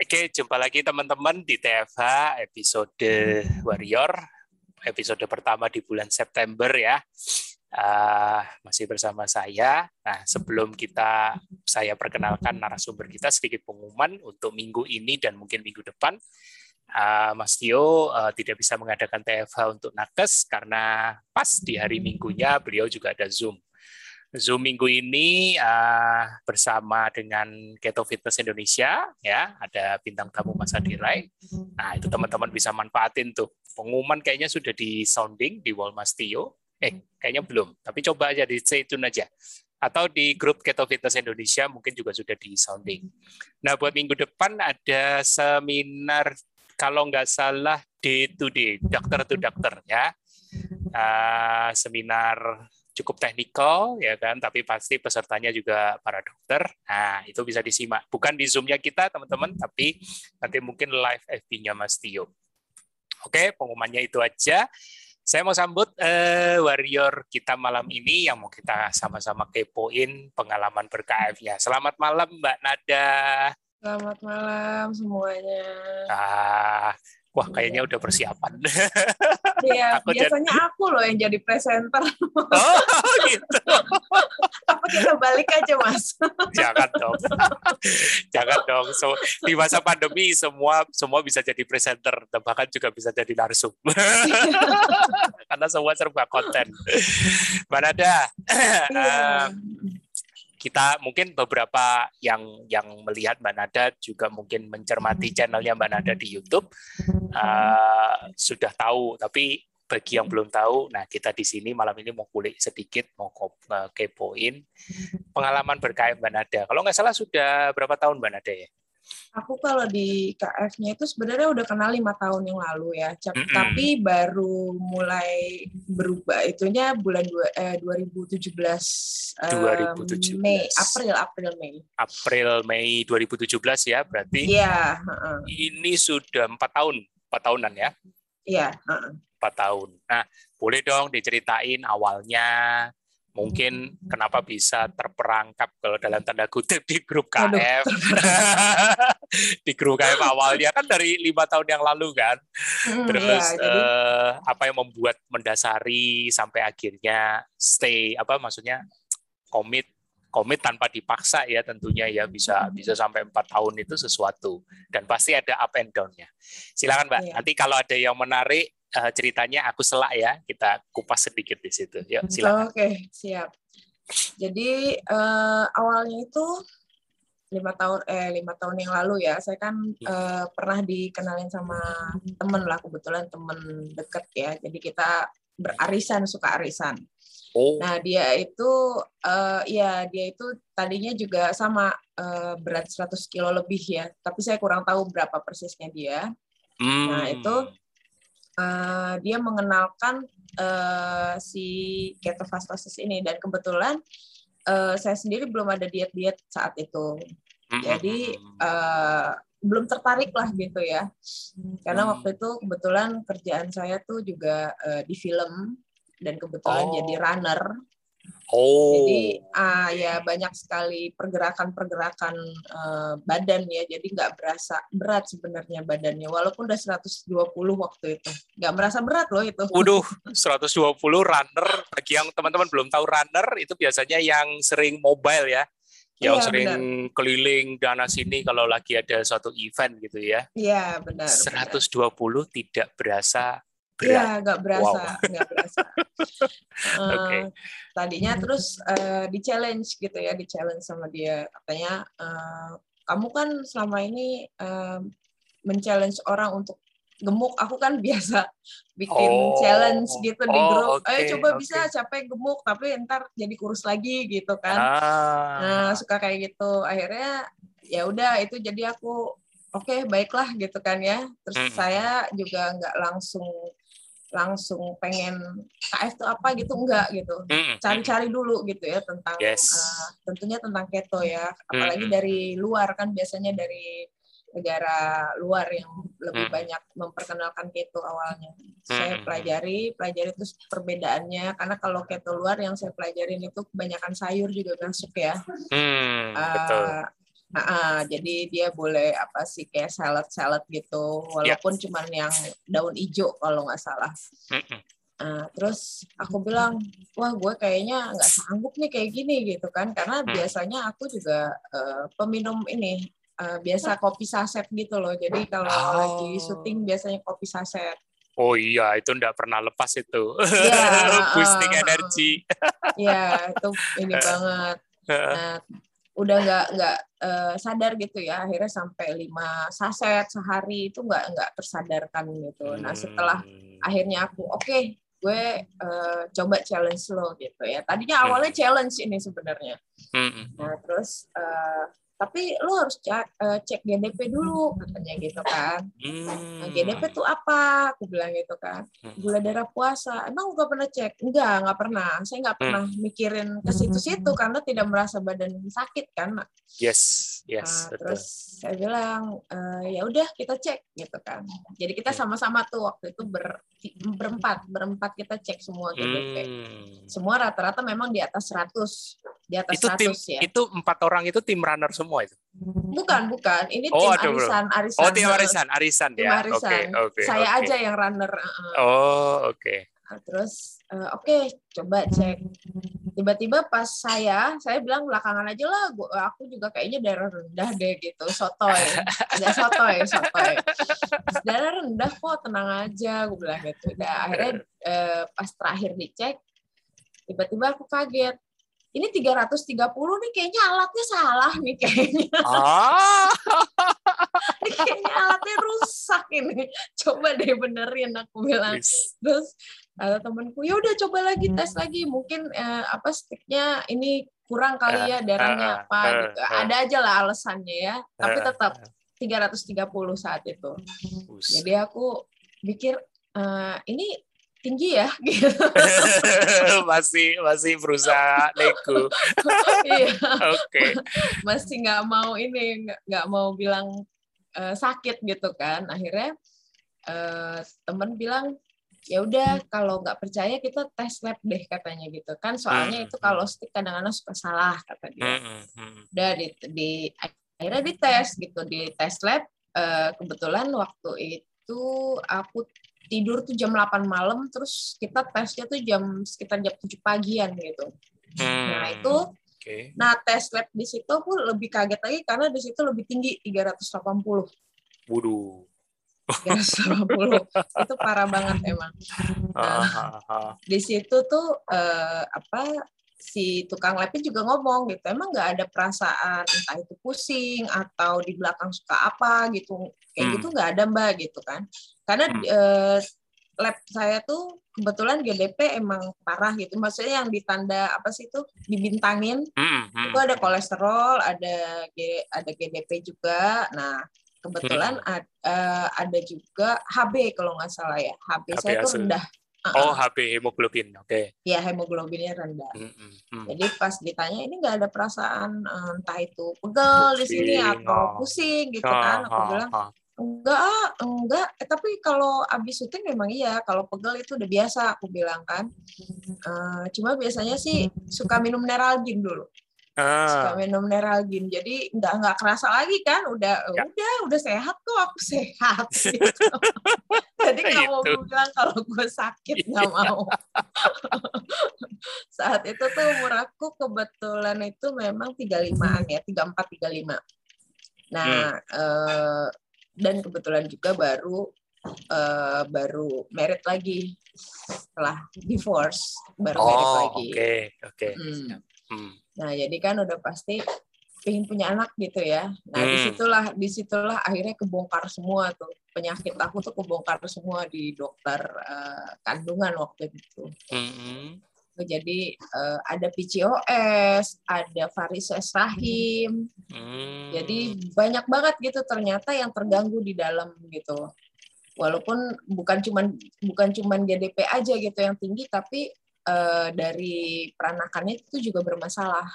Oke, jumpa lagi teman-teman di TFH episode Warrior, episode pertama di bulan September ya. Masih bersama saya. Nah, sebelum saya perkenalkan narasumber kita, sedikit pengumuman untuk minggu ini dan mungkin minggu depan. Mas Tio tidak bisa mengadakan TFH untuk nakes karena pas di hari Minggunya beliau juga ada Zoom. Zoom minggu ini bersama dengan Keto Fitness Indonesia, ya, ada bintang tamu Mas Adirai. Nah, itu teman-teman bisa manfaatin tuh. Pengumuman kayaknya sudah di sounding di wall Mas Tio. Kayaknya belum, tapi coba aja di stay tune aja. Atau di grup Keto Fitness Indonesia mungkin juga sudah di sounding. Nah, buat minggu depan ada seminar, kalau nggak salah day to day, dokter to dokter ya. Seminar cukup teknikal ya kan, tapi pasti pesertanya juga para dokter. Nah, itu bisa disimak. Bukan di Zoom-nya kita, teman-teman, tapi nanti mungkin live FB-nya Mas Tio. Oke, pengumumannya itu aja. Saya mau sambut warrior kita malam ini yang mau kita sama-sama kepoin pengalaman ber-KF-nya. Selamat malam, Mbak Nada. Selamat malam semuanya. Wah, kayaknya udah persiapan. Iya, biasanya aku loh yang jadi presenter. Oh, gitu. Apa kita balik aja, Mas? Jangan dong. Jangan dong. So, di masa pandemi semua bisa jadi presenter, bahkan juga bisa jadi narsum. Karena semua serba konten. Mbak Nada, kita mungkin beberapa yang melihat Mbak Nada juga mungkin mencermati channelnya Mbak Nada di YouTube sudah tahu, tapi bagi yang belum tahu, nah kita di sini malam ini mau kulik sedikit, mau kepoin pengalaman ber-KF Mbak Nada. Kalau nggak salah sudah berapa tahun Mbak Nada ya? Aku kalau di KF-nya itu sebenarnya udah kenal 5 tahun yang lalu ya, tapi baru mulai berubah itunya bulan 2017. 2017. April Mei 2017 ya, berarti. Iya. Ini sudah 4 tahunan ya? Iya. 4 tahun. Nah, boleh dong diceritain awalnya, mungkin kenapa bisa terperangkap kalau dalam tanda kutip di grup KF. Di grup KF awalnya kan dari 5 tahun yang lalu kan. Terus ya, jadi apa yang membuat mendasari sampai akhirnya maksudnya komit tanpa dipaksa ya, tentunya ya, bisa sampai 4 tahun itu sesuatu, dan pasti ada up and down-nya. Silakan Mbak, nanti kalau ada yang menarik ceritanya aku selak ya, kita kupas sedikit di situ. Yuk, silakan. Oke, siap. Jadi awalnya itu 5 tahun yang lalu ya, saya kan pernah dikenalin sama temen lah, kebetulan temen deket ya, jadi kita suka arisan. Nah dia itu tadinya juga sama berat 100 kilo lebih ya, tapi saya kurang tahu berapa persisnya dia. Nah itu dia mengenalkan si ketofastosis ini, dan kebetulan saya sendiri belum ada diet saat itu, jadi belum tertarik lah gitu ya, karena waktu itu kebetulan kerjaan saya tuh juga di film, dan kebetulan jadi runner. Jadi ya banyak sekali pergerakan badan ya, jadi nggak berasa berat sebenarnya badannya, walaupun udah 120 waktu itu, nggak merasa berat loh itu. Waduh, 120 runner. Bagi yang teman-teman belum tahu, runner itu biasanya yang sering mobile ya, yang sering keliling dana sini kalau lagi ada suatu event gitu ya. Iya, benar. 120 tidak berasa berat. Iya, nggak berasa. Wow. Nggak berasa. Tadinya terus di-challenge gitu ya, di-challenge sama dia. Katanya, kamu kan selama ini men-challenge orang untuk gemuk, aku kan biasa bikin challenge gitu di grup. Coba bisa capek gemuk, tapi ntar jadi kurus lagi gitu kan. Nah, suka kayak gitu. Akhirnya ya udah, itu jadi aku oke, baiklah gitu kan ya. Terus saya juga nggak langsung pengen KF itu apa gitu, enggak gitu. Cari-cari dulu gitu ya tentang tentunya tentang keto ya. Apalagi dari luar kan, biasanya dari negara luar yang lebih banyak memperkenalkan keto awalnya. Saya pelajari terus perbedaannya, karena kalau keto luar yang saya pelajarin itu kebanyakan sayur juga masuk ya. Betul. Jadi dia boleh apa sih kayak salad gitu, walaupun cuman yang daun hijau kalau nggak salah. Terus aku bilang, wah gue kayaknya nggak sanggup nih kayak gini gitu kan, karena biasanya aku juga peminum ini biasa kopi saset gitu loh. Jadi kalau lagi syuting biasanya kopi saset. Oh iya, itu nggak pernah lepas itu. Iya, Boosting energi. Iya, itu ini banget. Nah, udah nggak sadar gitu ya, akhirnya sampai 5 saset sehari itu nggak tersadarkan gitu. Nah, setelah akhirnya aku oke, gue coba challenge lo gitu ya. Tadinya awalnya challenge ini sebenarnya. Nah, terus tapi lo harus cek GDP dulu katanya gitu kan. Nah, GDP itu apa? Aku bilang gitu kan. Gula darah puasa. Emang nggak pernah cek? Nggak pernah. Saya nggak pernah mikirin ke situ-situ karena tidak merasa badan sakit kan. Yes. Terus saya bilang ya udah kita cek gitu kan. Jadi kita sama-sama tuh waktu itu berempat kita cek semua GDP. Semua rata-rata memang di atas 100. Di atas itu 100 ya. Itu 4 orang itu tim runner semua itu? Bukan. Ini tim arisan. Oh, tim arisan tim ya. arisan. Okay. Saya aja yang runner. Oke. Nah, terus coba cek. Tiba-tiba pas saya bilang belakangan aja lah, aku juga kayaknya darah rendah deh gitu, sotoy, agak sotoy. Darah rendah kok, tenang aja, gue bilang gitu. Nah, akhirnya pas terakhir dicek, tiba-tiba aku kaget. Ini 330 nih kayaknya alatnya salah nih kayaknya. Ini kayaknya alatnya rusak ini. Coba deh benerin, aku bilang. Terus temanku, ya udah coba lagi tes lagi. Mungkin sticknya ini kurang kali ya, darahnya apa gitu. Ada aja lah alasannya ya. Tapi tetap 330 saat itu. Jadi aku pikir ini tinggi ya gitu. masih berusaha nego. Iya. Oke. Masih nggak mau bilang sakit gitu kan. Akhirnya temen bilang ya udah kalau nggak percaya kita tes lab deh katanya gitu kan. Soalnya itu kalau stick kadang-kadang suka salah kata dia. Udah akhirnya dites gitu, di tes lab. Kebetulan waktu itu aku tidur tuh jam 8 malam, terus kita tesnya tuh sekitar jam 7 pagian gitu. Nah itu, nah tes lab di situ aku lebih kaget lagi karena di situ lebih tinggi 380. Waduh. 380 itu parah banget emang. Nah, di situ tuh si tukang labnya juga ngomong gitu, emang nggak ada perasaan entah itu pusing atau di belakang suka apa gitu, kayak gitu nggak ada mbak gitu kan, karena lab saya tuh kebetulan GDP emang parah gitu, maksudnya yang ditanda apa sih itu dibintangin, itu ada kolesterol, ada GDP juga, nah kebetulan ada juga HB kalau nggak salah ya, HB saya tuh rendah. HB hemoglobin, oke. Ya, hemoglobinnya rendah. Jadi pas ditanya ini nggak ada perasaan entah itu pegel di sini atau pusing gitu kan, aku bilang enggak. Tapi kalau abis syuting memang iya, kalau pegel itu udah biasa, aku bilang kan. Cuma biasanya sih suka minum Neralgin dulu. Suka minum Neralgin, jadi nggak kerasa lagi kan, udah sehat kok, aku sehat gitu. Jadi nggak mau bilang kalau gue sakit, nggak mau. Saat itu tuh umur aku kebetulan itu memang 35-an ya, 34-35. Nah, dan kebetulan juga baru married lagi setelah divorce, baru married lagi. Oke. Nah, jadi kan udah pasti pengen punya anak gitu ya. Nah, disitulah akhirnya kebongkar semua tuh. Penyakit aku tuh kebongkar semua di dokter kandungan waktu itu. Jadi ada PCOS, ada varises rahim. Jadi banyak banget gitu ternyata yang terganggu di dalam gitu. Walaupun bukan cuman GDP aja gitu yang tinggi, tapi dari peranakannya itu juga bermasalah.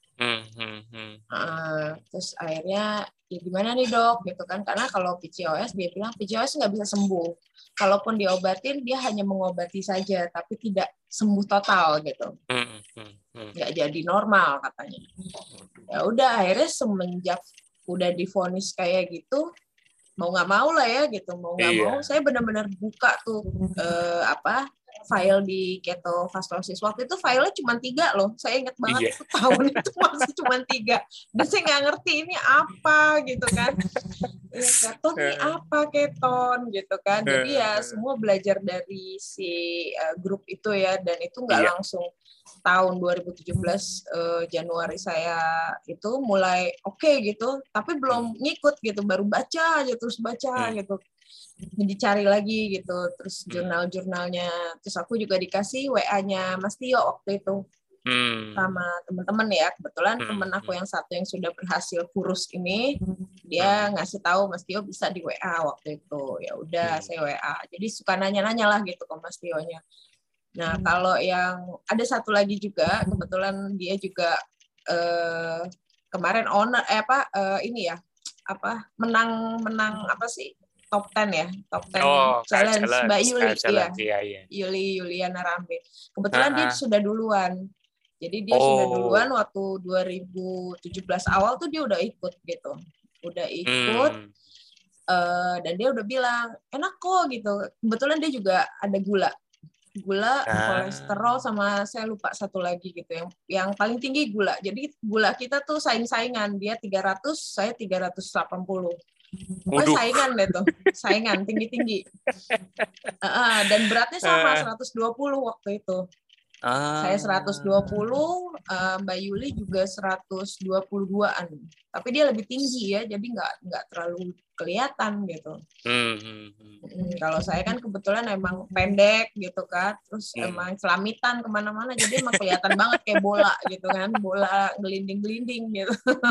Terus akhirnya ya gimana nih dok gitu kan, karena kalau PCOS dia bilang PCOS nggak bisa sembuh, kalaupun diobatin dia hanya mengobati saja tapi tidak sembuh total gitu, nggak jadi normal katanya. Ya udah akhirnya semenjak udah divonis kayak gitu, mau nggak mau lah ya gitu, mau nggak mau saya benar-benar buka tuh file di ketofastosis. Waktu itu filenya cuma 3 loh, saya ingat banget itu tahun itu masih cuma 3, dan saya nggak ngerti ini apa gitu kan. Ya, keton ini apa keton gitu kan. Jadi ya semua belajar dari si grup itu ya, dan itu nggak langsung tahun 2017 Januari saya itu mulai oke gitu, tapi belum ngikut gitu, baru baca aja terus baca gitu, dicari lagi gitu, terus jurnal-jurnalnya, terus aku juga dikasih WA-nya Mas Tio waktu itu sama teman-teman ya, kebetulan teman aku yang satu yang sudah berhasil kurus ini dia ngasih tahu Mas Tio bisa di WA waktu itu, ya udah saya WA, jadi suka nanya-nanya lah gitu ke Mas Tio-nya. Nah, kalau yang ada satu lagi juga, kebetulan dia juga kemarin menang apa sih, top 10 ya, top 10 challenge Mbak Yuli, Yuliana Rambe. Kebetulan dia sudah duluan, jadi dia sudah duluan waktu 2017 awal tuh dia udah ikut gitu, dan dia udah bilang enak kok gitu. Kebetulan dia juga ada gula, kolesterol, sama saya lupa satu lagi gitu yang paling tinggi gula. Jadi gula kita tuh saingan, dia 300, saya 380. Pokoknya saingan deh tuh, saingan tinggi-tinggi. Dan beratnya sama 120 waktu itu. Saya 120, Mbak Yuli juga 122-an. Tapi dia lebih tinggi ya, jadi nggak terlalu kelihatan gitu. Kalau saya kan kebetulan emang pendek gitu kan, terus emang selamitan kemana-mana, jadi emang kelihatan banget kayak bola gitu kan, bola gelinding-gelinding gitu.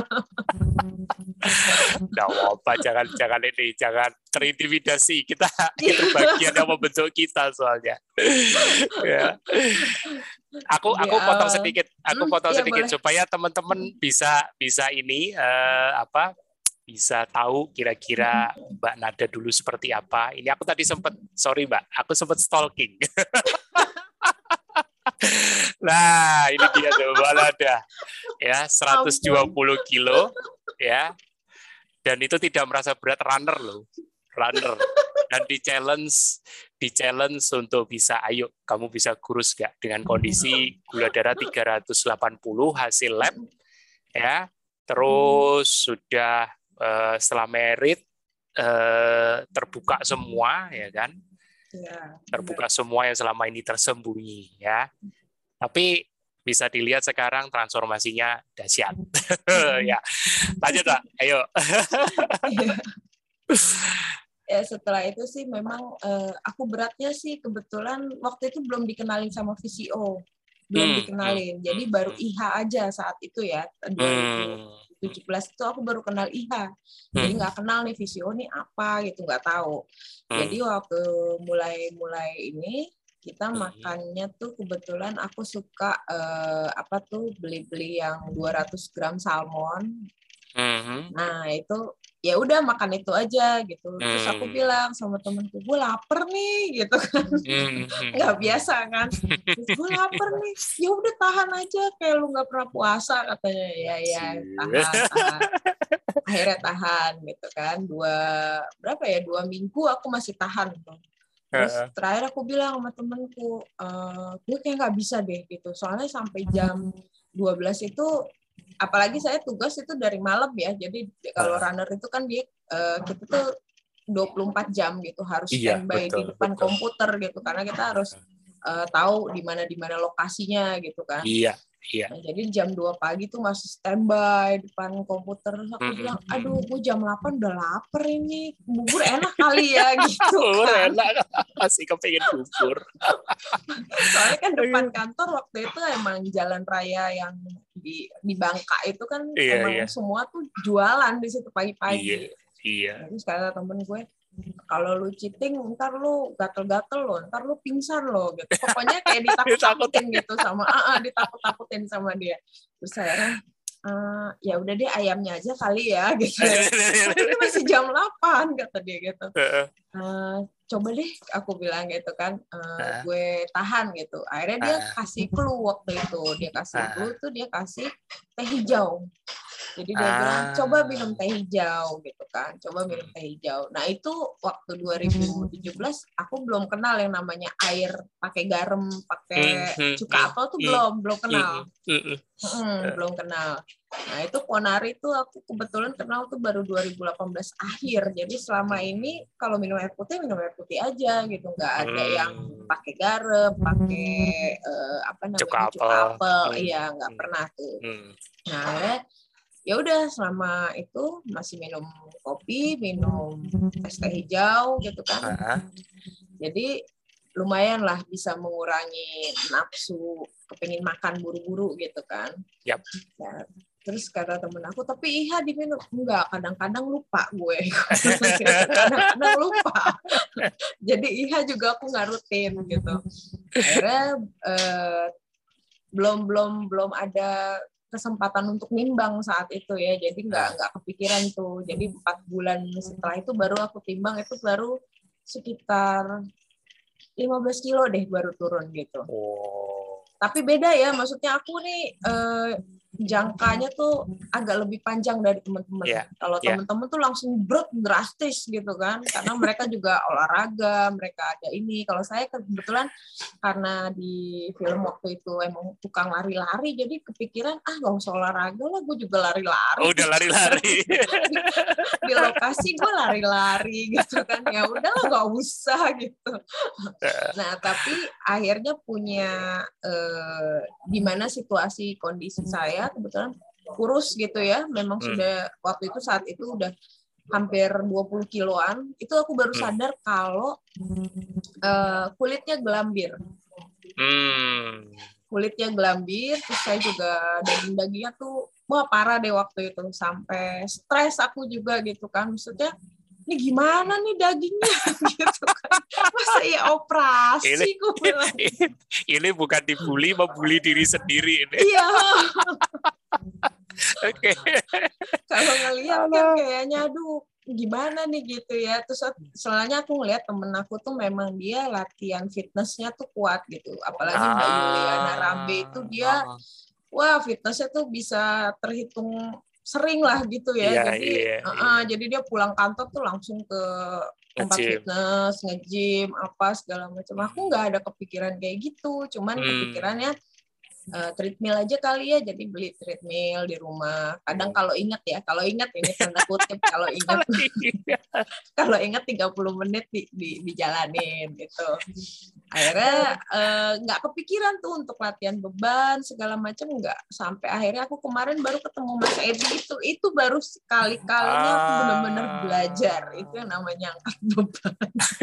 Nggak apa, jangan terintimidasi, kita itu bagian yang membentuk kita soalnya. Ya. Aku potong sedikit, boleh. Supaya teman-teman bisa ini bisa tahu kira-kira Mbak Nada dulu seperti apa. Ini aku tadi sempat stalking. Nah, ini dia tuh Mbak Nada. Ya, 120 kilo ya. Dan itu tidak merasa berat, runner. Dan di challenge untuk bisa, ayo kamu bisa kurus gak dengan kondisi gula darah 380 hasil lab ya. Terus sudah setelah merit terbuka semua ya kan, terbuka semua yang selama ini tersembunyi ya, tapi bisa dilihat sekarang transformasinya dahsyat. Ya, lanjut Pak, ayo. Ya, setelah itu sih memang aku beratnya sih kebetulan waktu itu belum dikenalin sama VCO, jadi baru IH aja saat itu ya, 2017 itu aku baru kenal IH, jadi nggak kenal nih VCO nih apa gitu, nggak tahu. Jadi waktu mulai ini kita makannya tuh kebetulan aku suka beli yang 200 gram salmon. Nah itu ya udah makan itu aja gitu. Terus aku bilang sama temenku, gue lapar nih gitu kan, nggak biasa kan. Terus gue lapar nih, ya udah tahan aja kayak lu nggak pernah puasa katanya. Ya tahan. Akhirnya tahan gitu kan. 2 minggu aku masih tahan tuh. Terus terakhir aku bilang sama temenku, gue kayak nggak bisa deh gitu. Soalnya sampai jam 12 itu, apalagi saya tugas itu dari malam ya, jadi kalau runner itu kan dia kita tuh 24 jam gitu harus standby di depan komputer gitu, karena kita harus tahu di mana lokasinya gitu kan. Iya. Nah, jadi jam 2 pagi tuh masih standby depan komputer. Terus aku bilang, aduh gue jam 8 udah lapar ini, bubur enak kali ya gitu. Bubur enak, masih kepengen bubur. Soalnya kan depan kantor waktu itu emang jalan raya yang di Bangka itu kan emang semua tuh jualan di situ pagi-pagi. Iya. Terus kata temen gue, kalau lu cheating ntar lu gatel-gatel lo, ntar lu pingsan lo gitu. Pokoknya kayak ditakut-takutin gitu ditakut-takutin sama dia. Terus saya ya udah deh ayamnya aja kali ya gitu. Ini masih jam 8 kata dia gitu. Coba deh aku bilang gitu kan, gue tahan gitu. Akhirnya dia kasih clue waktu itu, dia kasih teh hijau. Jadi dia bilang coba minum teh hijau gitu kan, coba minum teh hijau. Nah itu waktu 2017 aku belum kenal yang namanya air pakai garam, pakai cuka apel tuh belum kenal. Belum kenal. Nah itu Ponari tuh aku kebetulan kenal tuh baru 2018 akhir. Jadi selama ini kalau minum air putih aja gitu, nggak ada yang pakai garam, pakai cuka apel, iya nggak pernah tuh. Nah akhirnya ya udah selama itu masih minum kopi, minum teh hijau gitu kan. Jadi lumayan lah bisa mengurangi nafsu kepengin makan buru-buru gitu kan. Yap. Nah, terus kata temen aku, tapi Iha diminum. Enggak, kadang-kadang lupa gue. Kadang-kadang lupa. Jadi Iha juga aku nggak rutin gitu. Akhirnya belum ada kesempatan untuk nimbang saat itu ya. Jadi nggak kepikiran tuh. Jadi 4 bulan setelah itu baru aku timbang, itu baru sekitar 15 kilo deh baru turun gitu. Tapi beda ya, maksudnya aku nih jangkanya tuh agak lebih panjang dari teman-teman. Kalau teman-teman tuh langsung drastis gitu kan, karena mereka juga olahraga, mereka ada ini. Kalau saya kebetulan karena di film waktu itu emang tukang lari-lari, jadi kepikiran nggak usah olahraga lah, gue juga lari-lari. Udah lari-lari. di lokasi gue lari-lari gitu kan, ya udahlah nggak usah gitu. Nah tapi akhirnya punya di mana situasi kondisi saya kebetulan kurus gitu ya, memang sudah waktu itu saat itu udah hampir 20 kiloan, itu aku baru sadar kalau kulitnya gelambir. Kulitnya gelambir, terus saya juga daging-dagingnya tuh wah parah deh waktu itu, sampai stres aku juga gitu kan, maksudnya ini gimana nih dagingnya gitu kan, masa ya operasi gue bilang. Ini bukan dibully, membuli diri sendiri ini. Iya. Oke. Kalau ngelihat kan kayaknya aduh gimana nih gitu ya. Terus soalnya aku ngelihat temen aku tuh memang dia latihan fitnessnya tuh kuat gitu, apalagi Mbak Yuliana Rambe itu dia wah fitnessnya tuh bisa terhitung sering lah gitu ya. Jadi dia pulang kantor tuh langsung ke tempat fitness, nge-gym, apa segala macam. Aku nggak ada kepikiran kayak gitu, cuman kepikirannya treadmill aja kali ya, jadi beli treadmill di rumah. Kadang kalau ingat ini tanda kutip kalau ingat 30 menit dijalanin gitu. Akhirnya nggak kepikiran tuh untuk latihan beban segala macam, nggak, sampai akhirnya aku kemarin baru ketemu Mas Edi, itu baru sekali-kalinya aku benar-benar belajar itu yang namanya angkat beban.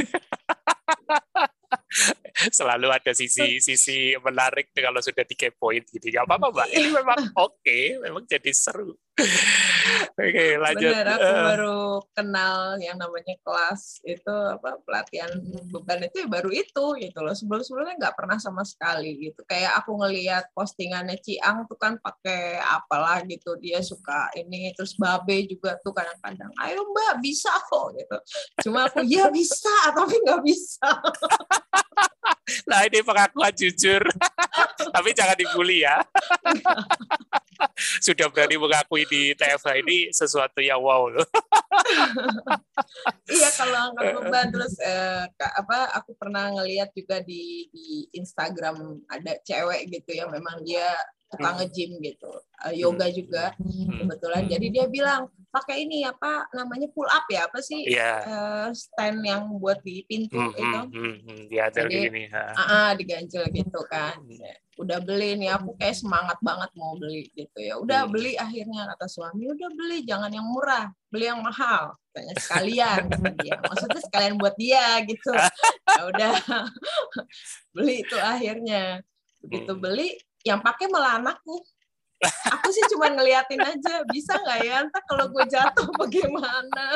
Selalu ada sisi menarik kalau sudah dikepoin gitu. Ya apa Mbak, ini memang memang jadi seru. Oke, lanjut. Bener, aku baru kenal yang namanya kelas itu pelatihan beban itu baru itu gitu loh. Sebelumnya nggak pernah sama sekali gitu. Kayak aku ngelihat postingannya Ciang tuh kan pakai apalah gitu, dia suka ini, terus Babe juga tuh kadang-kadang, ayo Mbak bisa kok gitu. Cuma aku ya bisa tapi nggak bisa. Nah ini pengakuan jujur. Tapi jangan dibully ya. Sudah berani mengakui di TFH ini sesuatu yang wow loh. Iya, kalau angkat beban. Terus aku pernah ngelihat juga di Instagram ada cewek gitu yang memang dia tukang nge-gym gitu, yoga juga kebetulan. Jadi dia bilang pakai ini apa namanya pull up ya, apa sih stand yang buat di pintu itu. Jadi diganjel gitu kan. Udah beli nih, aku kayak semangat banget mau beli gitu ya. Udah beli akhirnya, kata suami, udah beli, jangan yang murah, beli yang mahal. Katanya sekalian kata dia. Maksudnya sekalian buat dia gitu. Ya udah beli itu akhirnya. Begitu beli, yang pakai malah anakku. Aku sih cuma ngeliatin aja, bisa nggak ya? Entah kalau gue jatuh bagaimana.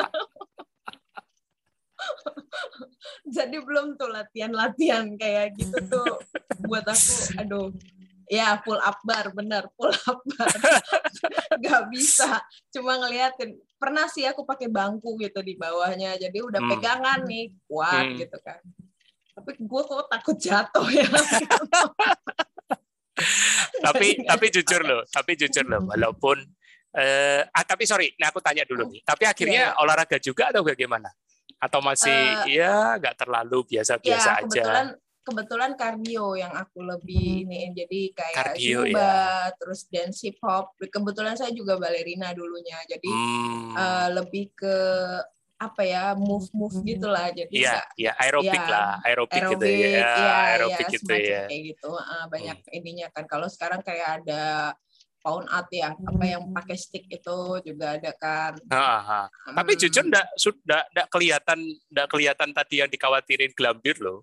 Jadi belum tuh latihan kayak gitu tuh buat aku, aduh. Ya, pull up bar, bener, pull up bar. Nggak bisa, cuma ngeliatin. Pernah sih aku pakai bangku gitu di bawahnya, jadi udah pegangan nih, kuat gitu kan. Tapi gue kok takut jatuh ya. tapi jujur loh, walaupun Tapi sorry, nah aku tanya dulu nih. Tapi akhirnya Iya. olahraga juga atau bagaimana? Atau masih ya nggak terlalu biasa-biasa Ya, aja? kebetulan kardio yang aku lebih ini, jadi kayak Kardio ya. zumba, terus dance hip hop. Kebetulan saya juga balerina dulunya, jadi lebih ke apa ya, move gitulah. Jadi Iya, nggak, ya aerobik ya lah, aerobik gitu ya. aerobik, Ya, ya aerobik gitu semacam ya. kayak gitu. Banyak ininya kan. Kalau sekarang kayak ada pound art ya, apa yang pakai stick itu juga ada kan. Tapi jujur nggak kelihatan tadi yang dikhawatirin gelambir loh.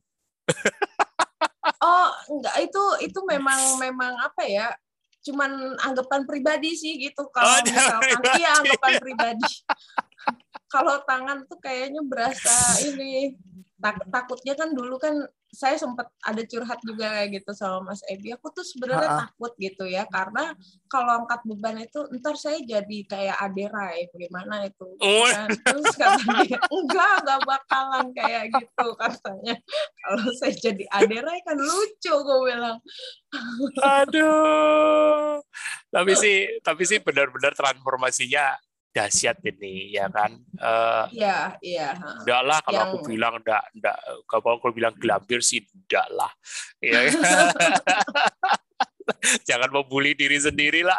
Oh, enggak, itu memang apa ya? Cuman anggapan pribadi sih gitu. Oh, Kalau misalkan iya pribadi. anggapan pribadi. Kalau tangan tuh kayaknya berasa ini, takutnya kan dulu kan saya sempat ada curhat juga kayak gitu sama Mas Ebi. Aku tuh sebenarnya takut gitu ya, karena kalau angkat beban itu ntar saya jadi kayak Aderai, bagaimana itu gitu kan. Terus katanya enggak bakalan kayak gitu katanya. Kalau saya jadi Aderai kan lucu, gue bilang. Aduh. Tapi sih benar-benar transformasinya dahsyat ini ya kan. Iya. Enggak lah kalau Yang aku bilang enggak kalau aku bilang gelambir sih enggak lah. Ya. Jangan membuli diri sendiri lah.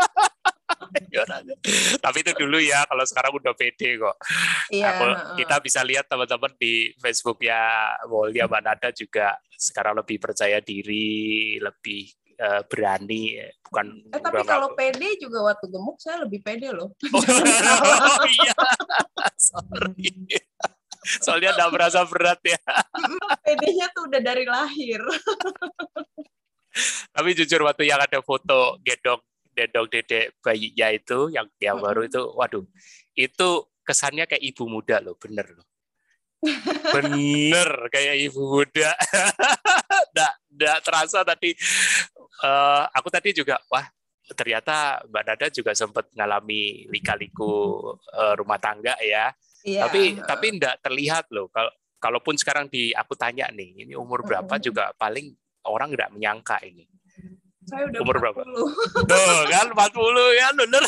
Tapi itu dulu ya, kalau sekarang udah pede kok. iya. Kita bisa lihat teman-teman di Facebook ya, Wolya Mbak Nada juga sekarang lebih percaya diri, lebih berani, bukan. Tapi kalau pede juga waktu gemuk saya lebih pede loh. Oh iya, sorry. Soalnya enggak merasa berat ya. Pedenya tuh udah dari lahir. Tapi jujur waktu yang ada foto gendong dedek bayinya itu yang baru itu, waduh, itu kesannya kayak ibu muda loh, bener loh. Bener kayak ibu muda. Nggak terasa tadi. Aku tadi juga, wah ternyata Mbak Nada juga sempat mengalami lika-liku rumah tangga ya. Iya. Tapi nggak terlihat loh. Kalaupun sekarang aku tanya nih, ini umur berapa juga paling orang nggak menyangka ini. Saya udah Umur 40. berapa? Tuh kan 40 kan bener.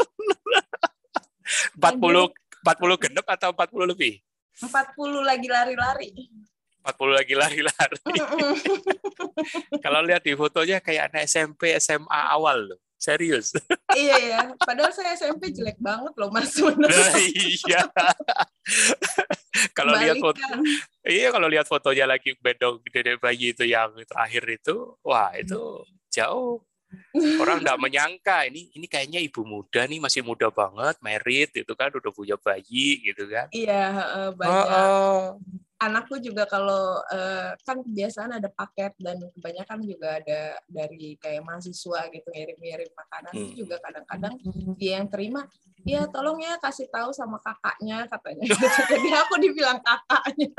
40 genep atau 40 lebih? 40 lagi lari-lari. 40 lagi lari-lari. Kalau lihat di fotonya kayak anak SMP, SMA awal loh. Serius. Iya ya, padahal saya SMP jelek banget loh Mas. Nah, iya. Kalau lihat foto, kalau lihat fotonya lagi gendong dedek bayi itu yang terakhir itu, wah itu jauh. Orang nggak menyangka ini kayaknya ibu muda nih, masih muda banget, married itu kan, udah punya bayi gitu kan. Iya, banyak. Anakku juga kalau kan kebiasaan ada paket dan kebanyakan juga ada dari kayak mahasiswa gitu ngirim makanan, itu juga kadang-kadang dia yang terima, ya tolong ya kasih tahu sama kakaknya katanya. Jadi aku dibilang kakaknya.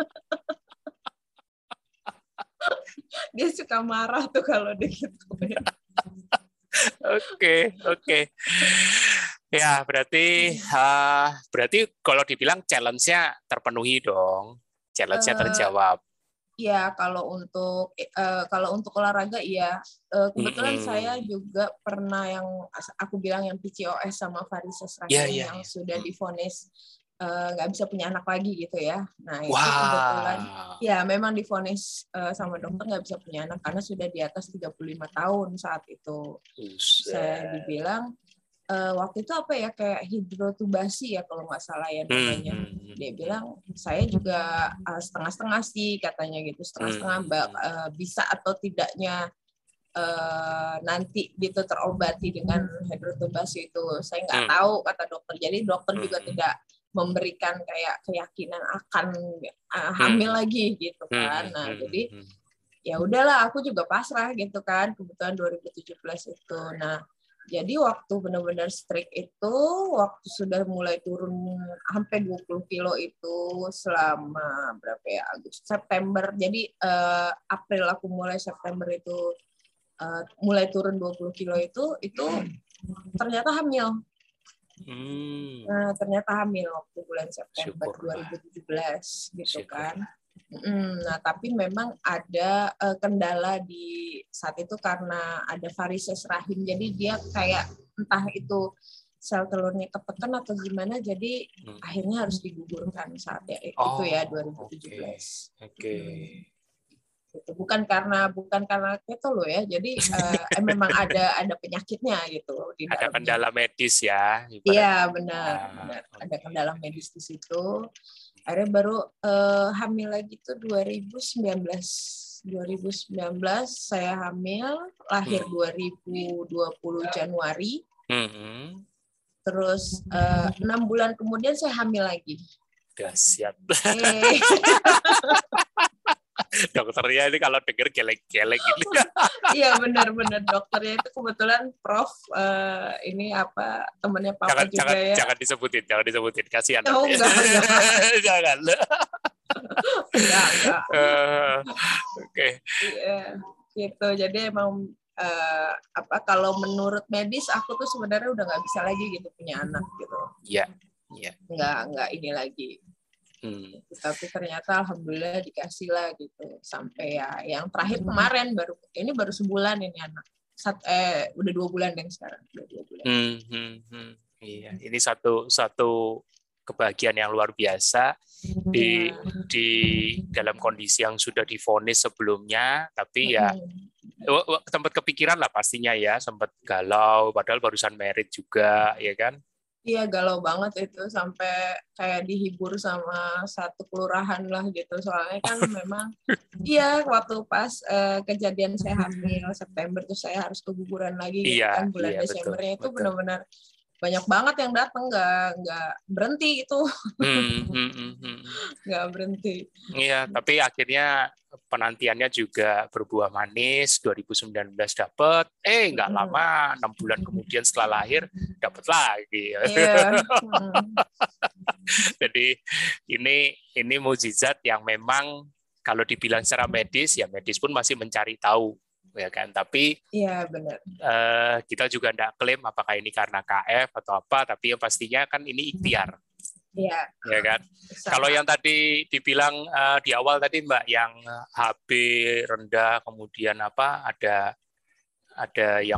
Dia suka marah tuh kalau dia gitu. Oke. Ya, berarti kalau dibilang challenge-nya terpenuhi dong. Challenge-nya terjawab. Ya, kalau untuk olahraga iya. Kebetulan saya juga pernah yang aku bilang yang PCOS sama varises rahim yang sudah divonis nggak bisa punya anak lagi gitu ya. Nah, itu kebetulan ya memang divonis sama dokter nggak bisa punya anak karena sudah di atas 35 tahun saat itu. Saya dibilang waktu itu apa ya, kayak hidrotubasi ya kalau nggak salah ya namanya. Dia bilang saya juga setengah-setengah sih katanya gitu, setengah-setengah bisa atau tidaknya nanti gitu terobati dengan hidrotubasi itu. Saya nggak tahu kata dokter. Jadi dokter juga tidak memberikan kayak keyakinan akan hamil lagi gitu kan. Nah jadi ya udahlah aku juga pasrah gitu kan, kebetulan 2017 itu. Nah jadi waktu benar-benar strict itu, waktu sudah mulai turun sampai 20 kilo itu selama berapa ya, Agustus, September. Jadi April aku mulai, September itu mulai turun 20 kilo itu ternyata hamil. Nah, ternyata hamil waktu bulan September 2017 gitu kan. Nah, tapi memang ada kendala di saat itu karena ada varises rahim. Jadi dia kayak entah itu sel telurnya ketekan atau gimana, jadi akhirnya harus digugurkan saat itu ya 2017. Oke. Gitu. Bukan karena keto loh ya, jadi memang ada penyakitnya gitu di Ada dalamnya. kendala medis ya. Iya benar. Ada kendala medis di situ. Akhirnya baru hamil lagi tuh 2019 saya hamil, lahir 2020 Januari. Terus 6 bulan kemudian saya hamil lagi. Dahsyat. Dokternya ini kalau denger geleng-geleng gitu. Iya benar-benar, dokternya itu kebetulan Prof ini temannya Papa juga ya. Jangan disebutin, kasihan. Oh, enggak. Jangan. Enggak. Oke. Iya, gitu. Jadi emang kalau menurut medis aku tuh sebenarnya udah nggak bisa lagi gitu punya anak gitu. Iya. Nggak ini lagi. Tapi ternyata alhamdulillah dikasih lah gitu, sampai ya yang terakhir kemarin baru sebulan ini anak. Udah 2 bulan deh sekarang, udah 2 bulan. Iya, ini satu kebahagiaan yang luar biasa di dalam kondisi yang sudah divonis sebelumnya, tapi ya sempat kepikiran lah pastinya ya, sempat galau padahal barusan married juga ya kan. Iya, galau banget itu, sampai kayak dihibur sama satu kelurahan lah gitu. Soalnya kan memang, iya waktu pas kejadian saya hamil September tuh saya harus keguguran lagi gitu kan, bulan Desembernya itu benar-benar banyak banget yang datang, nggak berhenti itu. Nggak berhenti. Iya, tapi akhirnya penantiannya juga berbuah manis. 2019 dapat, nggak lama 6 bulan kemudian setelah lahir dapat lagi. Iya. Jadi ini mukjizat yang memang kalau dibilang secara medis, ya medis pun masih mencari tahu, ya kan. Tapi iya benar. Kita juga tidak klaim apakah ini karena KF atau apa, tapi yang pastinya kan ini ikhtiar. Iya. Ya kan. Kalau yang tadi dibilang di awal tadi Mbak, yang HB rendah, kemudian ada yang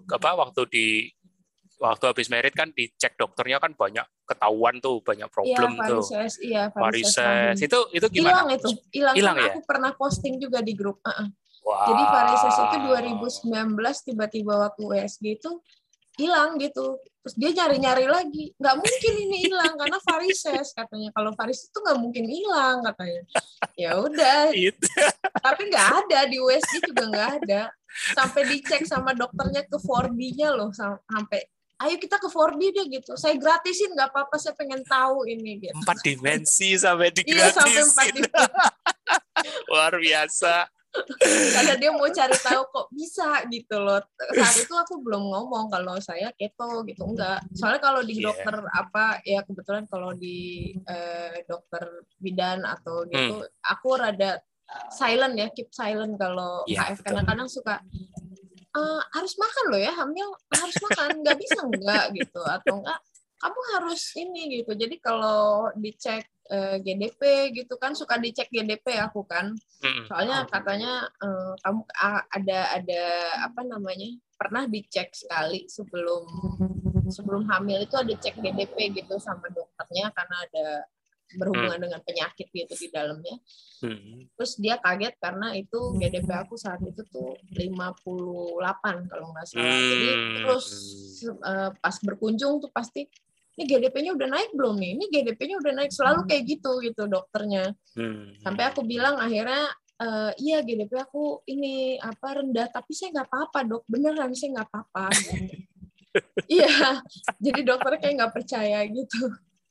waktu habis merit kan dicek dokternya kan banyak ketahuan tuh, banyak problem varises, tuh. Iya, varises. Itu gimana? Hilang kan ya? Aku pernah posting juga di grup. Wow. Jadi varises itu 2019 tiba-tiba waktu USG itu hilang gitu. Terus dia nyari-nyari lagi. Nggak mungkin ini hilang karena varises katanya. Kalau varises itu nggak mungkin hilang katanya. Ya udah. Tapi nggak ada di USG juga nggak ada. Sampai dicek sama dokternya ke 4D-nya loh, sampai ayo kita ke 4D deh gitu. Saya gratisin nggak apa-apa, saya pengen tahu ini gitu. 4 dimensi sampai digratisin. Iya, sampai 4 dimensi. Luar biasa. Karena dia mau cari tahu kok bisa gitu loh. Saat itu aku belum ngomong kalau saya keto gitu, enggak. Soalnya kalau di dokter kebetulan kalau di dokter bidan atau gitu, aku rada silent ya, keep silent kalau KF. Kadang-kadang suka harus makan loh ya, hamil harus makan, nggak bisa enggak gitu, atau enggak kamu harus ini gitu. Jadi kalau dicek GDP gitu kan, suka dicek GDP aku kan, soalnya katanya kamu ada pernah dicek sekali sebelum hamil itu ada cek GDP gitu sama dokternya karena ada berhubungan dengan penyakit gitu di dalamnya. Terus dia kaget karena itu GDP aku saat itu tuh 58 kalau nggak salah. Jadi terus pas berkunjung tuh pasti, ini GDP-nya udah naik belum nih? Ini GDP-nya udah naik, selalu kayak gitu dokternya. Sampai aku bilang akhirnya, iya GDP aku ini rendah, tapi saya nggak apa-apa dok, beneran saya nggak apa-apa. Iya, jadi dokternya kayak nggak percaya gitu.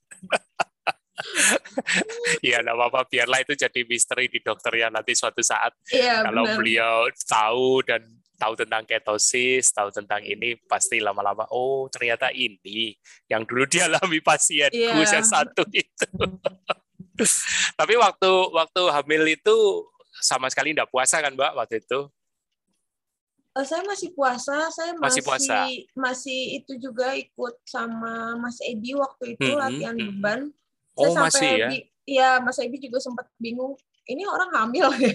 Ya nggak apa-apa, biarlah itu jadi misteri di dokternya nanti suatu saat. Kalau bener. Beliau tahu tentang ketosis, tahu tentang ini, pasti lama-lama ternyata ini yang dulu dialami pasienku yang satu itu. Tapi waktu hamil itu sama sekali nggak puasa kan Mbak waktu itu? Saya masih puasa, saya masih itu juga ikut sama Mas Edi waktu itu latihan beban. Saya sampai Mas Edi juga sempat bingung, ini orang hamil ya?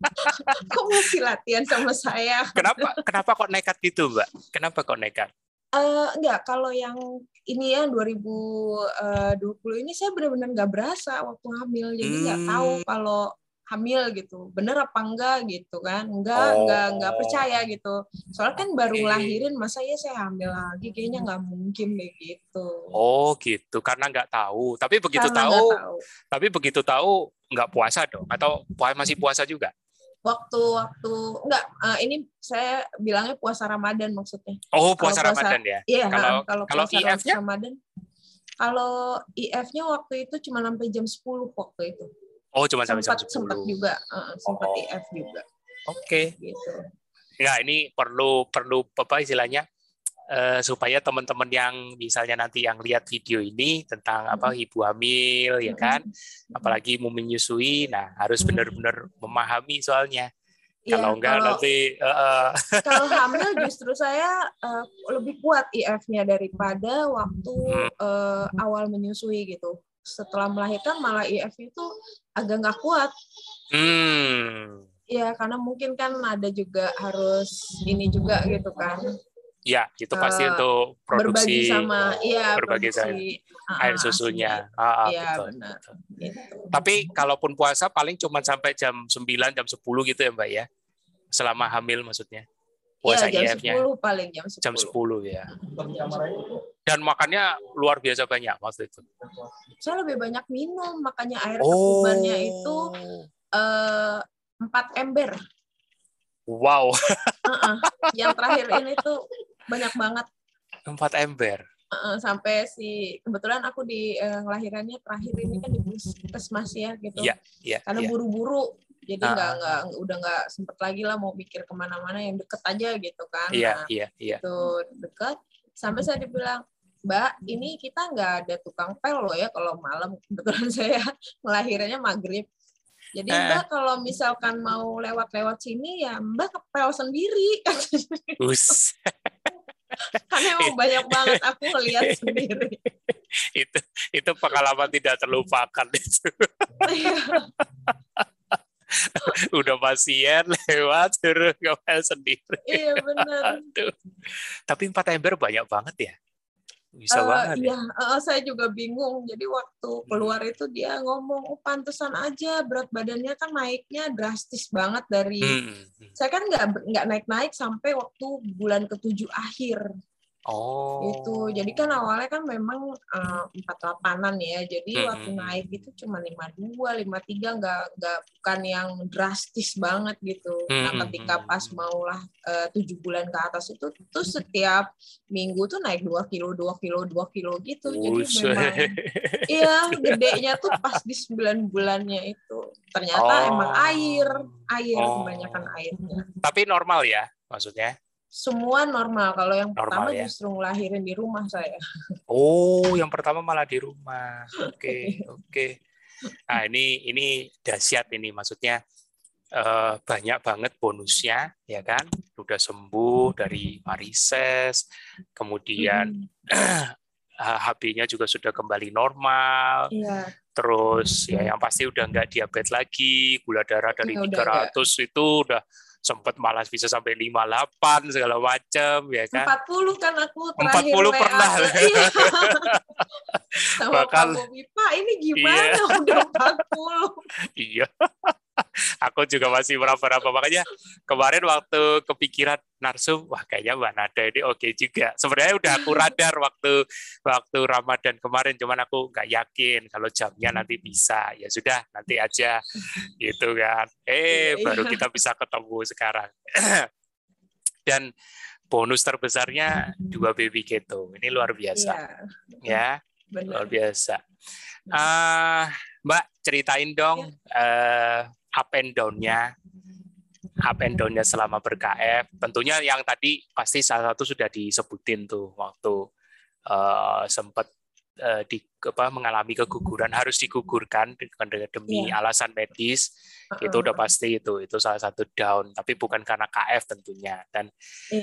Kok masih latihan sama saya? Kenapa kok nekat gitu Mbak? Kenapa kok nekat? Enggak, kalau yang ini ya 2020 ini saya benar-benar nggak berasa waktu hamil, jadi nggak tahu kalau hamil gitu, bener apa enggak gitu kan, nggak percaya gitu. Soalnya kan baru ngelahirin, masa ya saya hamil lagi, kayaknya nggak mungkin deh gitu. Oh gitu, karena nggak tahu. Tapi begitu Karena nggak tahu, tahu. nggak puasa dong, atau masih puasa juga? Waktu enggak, ini saya bilangnya puasa Ramadan maksudnya. Oh, Kalau puasa Ramadan ya. Iya, Kalau puasa IF-nya? Ramadan. Kalau IF-nya waktu itu cuma sampai jam 10 waktu itu. Oh, cuma sampai jam Sempat 10. juga, sempat IF juga. Oke. Gitu. Ya, ini perlu apa istilahnya? Supaya teman-teman yang misalnya nanti yang lihat video ini tentang ibu hamil ya kan, apalagi mau menyusui, nah harus benar-benar memahami soalnya. Kalau enggak nanti kalau hamil justru saya lebih kuat IF-nya daripada waktu awal menyusui gitu. Setelah melahirkan malah IF itu agak nggak kuat. Ya, karena mungkin kan ada juga harus ini juga gitu kan. Ya, itu pasti untuk produksi berbagi sama air susunya. Iya, betul, benar. betul. Gitu. Tapi kalaupun puasa paling cuma sampai jam 9, jam 10 gitu ya, Mbak ya? Selama hamil maksudnya. Puasa jam IF-nya. 10 paling jam 10. Jam 10 ya. Dan makannya luar biasa banyak waktu itu. Saya lebih banyak minum, makanya air ketubannya itu 4 ember. Wow. Yang terakhir ini tuh banyak banget. 4 ember. Sampai kebetulan aku di ngelahirannya terakhir ini kan di puskesmas ya gitu. Karena buru-buru, jadi udah nggak sempet lagi lah mau mikir kemana-mana, yang deket aja gitu kan. Itu deket. Sampai saya dibilang, Mbak, ini kita nggak ada tukang pel loh ya kalau malam. Kebetulan saya ngelahirannya maghrib. Jadi Mbak kalau misalkan mau lewat-lewat sini ya Mbak kepel sendiri. Karena emang banyak banget aku ngelihat sendiri. itu pengalaman tidak terlupakan itu. Udah pasien lewat suruh ngepel sendiri. Iya benar. Tapi 4 ember banyak banget ya. Bisa banget ya. Saya juga bingung. Jadi waktu keluar itu dia ngomong, pantesan aja berat badannya kan naiknya drastis banget dari. Saya kan nggak naik-naik sampai waktu bulan ke-7 akhir. Itu. Jadi kan awalnya kan memang 48-an ya. Jadi waktu naik itu cuma 52, 53, bukan yang drastis banget gitu. Nah, ketika pas maulah 7 bulan ke atas itu tuh setiap minggu tuh naik 2 kilo gitu. Jadi memang iya, gedenya tuh pas di 9 bulannya itu. Ternyata emang air kebanyakan airnya. Tapi normal ya maksudnya? Semua normal. Kalau yang pertama ya? Justru ngelahirin di rumah saya. Oh, yang pertama malah di rumah. Oke. Nah, ini dahsyat ini, maksudnya banyak banget bonusnya, ya kan? Udah sembuh dari varises, kemudian HB-nya juga sudah kembali normal. Iya. Terus ya yang pasti udah nggak diabetes lagi, gula darah dari 300 itu udah sempat malah bisa sampai 58 segala macam ya kan. 40 kan aku terakhir 40 pernah. Iya. Sama Pak Bobi, Pak ini gimana udah 40. Iya. Aku juga masih meraba-raba, makanya kemarin waktu kepikiran narsum, wah kayaknya Mbak Nada ini oke juga. Sebenarnya udah aku radar waktu Ramadan kemarin, cuman aku nggak yakin kalau jamnya nanti bisa. Ya sudah, nanti aja gitu kan. Baru kita bisa ketemu sekarang. Dan bonus terbesarnya 2 baby keto. Ini luar biasa. Ya, luar biasa. Mbak, ceritain dong up and down-nya selama ber-KF. Tentunya yang tadi pasti salah satu sudah disebutin tuh waktu sempat mengalami keguguran, harus digugurkan demi alasan medis. Itu udah pasti itu salah satu down, tapi bukan karena KF tentunya. Dan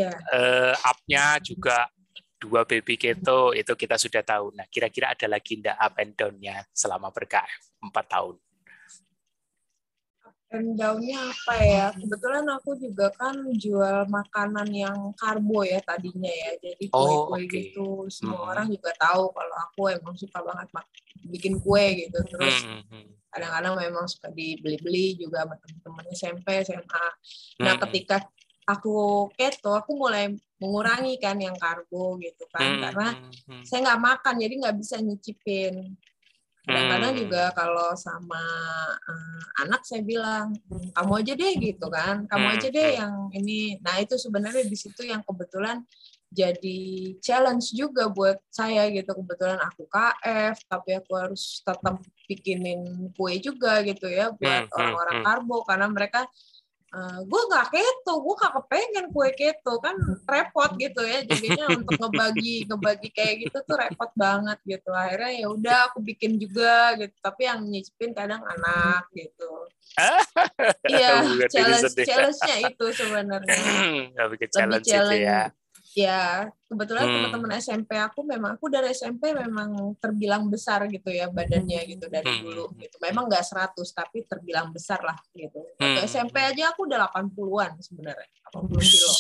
up-nya juga 2 baby keto itu kita sudah tahu. Nah, kira-kira ada lagi enggak up and down-nya selama ber-KF 4 tahun? Rundown-nya apa ya? Kebetulan aku juga kan jual makanan yang karbo ya tadinya ya. Jadi Oh, kue-kue oke. gitu. Semua orang Mhm. juga tahu kalau aku emang suka banget bikin kue gitu. Terus Mhm. kadang-kadang memang suka dibeli-beli juga sama teman-teman SMP, SMA. Nah, Mhm. ketika aku keto, aku mulai mengurangi kan yang karbo gitu kan. Karena Mhm. saya nggak makan, jadi nggak bisa nyicipin. Kadang-kadang juga Mhm. kalau sama anak saya bilang, kamu aja deh gitu kan, kamu aja deh Mhm. yang ini. Nah itu sebenarnya di situ yang kebetulan jadi challenge juga buat saya gitu. Kebetulan aku KF, tapi aku harus tetap bikinin kue juga gitu ya buat orang-orang Mhm. karbo karena mereka gue nggak keto, gue nggak kepengen kue keto kan repot gitu ya jadinya untuk ngebagi ngebagi kayak gitu tuh repot banget gitu akhirnya ya udah aku bikin juga gitu tapi yang nyicipin kadang anak gitu iya Bukan diri challenge sendiri. challenge-nya itu sebenarnya Nggak bikin lebih challenge itu ya. challenge ya kebetulan teman-teman Hmm. SMP aku memang aku dari SMP memang terbilang besar gitu ya badannya gitu dari dulu Hmm. gitu memang nggak 100 tapi terbilang besar lah gitu waktu SMP Hmm. aja aku udah 80-an sebenarnya 80 kilo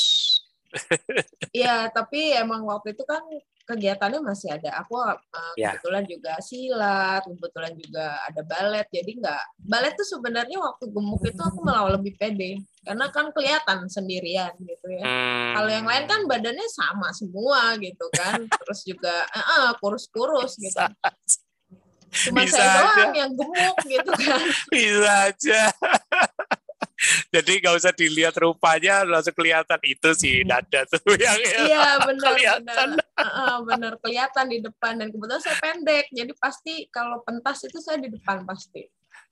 iya tapi emang waktu itu kan kegiatannya masih ada aku Ya. kebetulan juga silat kebetulan juga ada balet jadi nggak balet tuh sebenarnya waktu gemuk itu aku malah lebih pede karena kan kelihatan sendirian gitu ya kalau yang lain kan Hmm. badannya sama semua gitu kan terus juga kurus-kurus gitu Bisa, cuman bisa saya doang aja, yang gemuk gitu kan bisa aja. Jadi nggak usah dilihat rupanya, langsung kelihatan itu sih dada tuh yang iya benar-benar kelihatan. benar kelihatan di depan dan kebetulan saya pendek jadi pasti kalau pentas itu saya di depan pasti.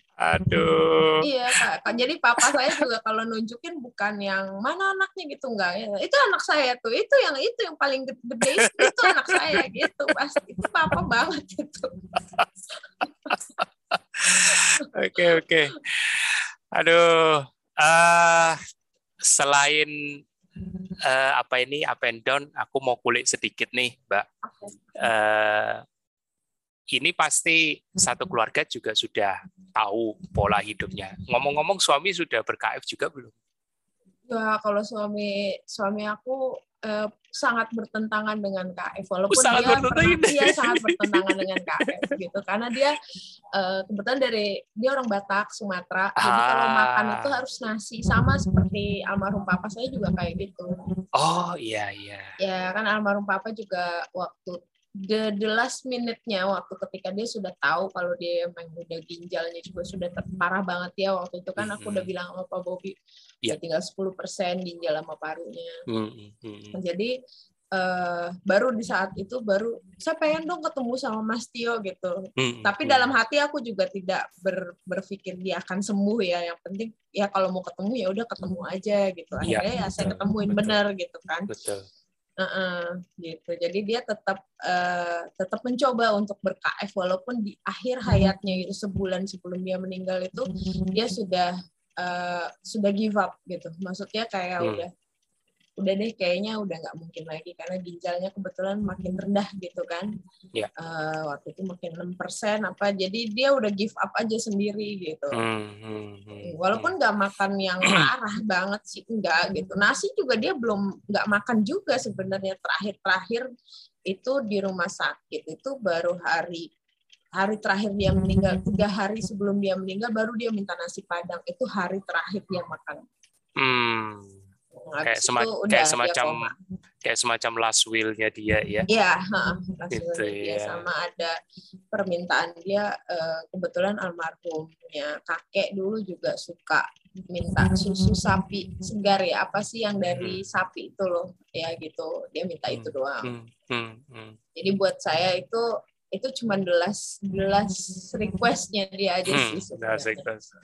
Aduh. Iya, Kak. Jadi papa saya juga kalau nunjukin bukan yang mana anaknya gitu enggak ya. Itu anak saya tuh. Itu yang paling gede itu anak saya gitu. Pasti itu papa banget itu. Oke, oke. Aduh. ah Selain apa ini up and down, aku mau kulik sedikit nih, Mbak. Eh, ini pasti satu keluarga juga sudah tahu pola hidupnya. Ngomong-ngomong, suami sudah ber-KF juga belum? Ya, kalau suami suami aku sangat bertentangan dengan KF walaupun Sangat dia bertentangan pernah ini. dia sangat bertentangan dengan KF gitu karena dia kebetulan dia orang Batak Sumatera jadi kalau makan itu Ah, harus nasi sama seperti almarhum papa saya juga kayak gitu. oh iya iya. Ya kan almarhum papa juga waktu the last minute-nya waktu ketika dia sudah tahu kalau dia emang udah ginjalnya juga sudah parah banget ya waktu itu kan aku udah Mhm. bilang sama Pak Bobi Ya. udah tinggal 10% ginjal sama parunya. Mhm. Jadi baru di saat itu baru saya pengen dong ketemu sama Mas Tio gitu. Tapi dalam Mhm. hati aku juga tidak berpikir dia akan sembuh ya. Yang penting ya kalau mau ketemu ya udah ketemu aja gitu. Iya, Akhirnya ya saya betul, ketemuin betul, bener gitu kan. betul. Gitu. Jadi dia tetap mencoba untuk ber-KF walaupun di akhir hayatnya gitu sebulan sebelum dia meninggal itu dia sudah give up gitu. Maksudnya kayak Hmm. udah deh kayaknya udah nggak mungkin lagi karena ginjalnya kebetulan makin rendah gitu kan. Ya. Waktu itu makin 6% apa jadi dia udah give up aja sendiri gitu. Walaupun nggak makan yang parah banget sih enggak gitu. Nasi juga dia belum nggak makan juga sebenarnya terakhir itu di rumah sakit itu baru hari terakhir dia meninggal 3 hari sebelum dia meninggal baru dia minta nasi padang itu hari terakhir dia makan. Hmm. Kayak Habis itu udah dia semacam koma. kayak semacam last will-nya dia ya. Iya, Gitu hasilnya dia ya. sama ada permintaan dia kebetulan almarhumnya kakek dulu juga suka minta susu sapi segar ya apa sih yang dari sapi itu loh ya gitu dia minta itu doang. Jadi buat saya itu cuma gelas requestnya dia aja sih sebenarnya.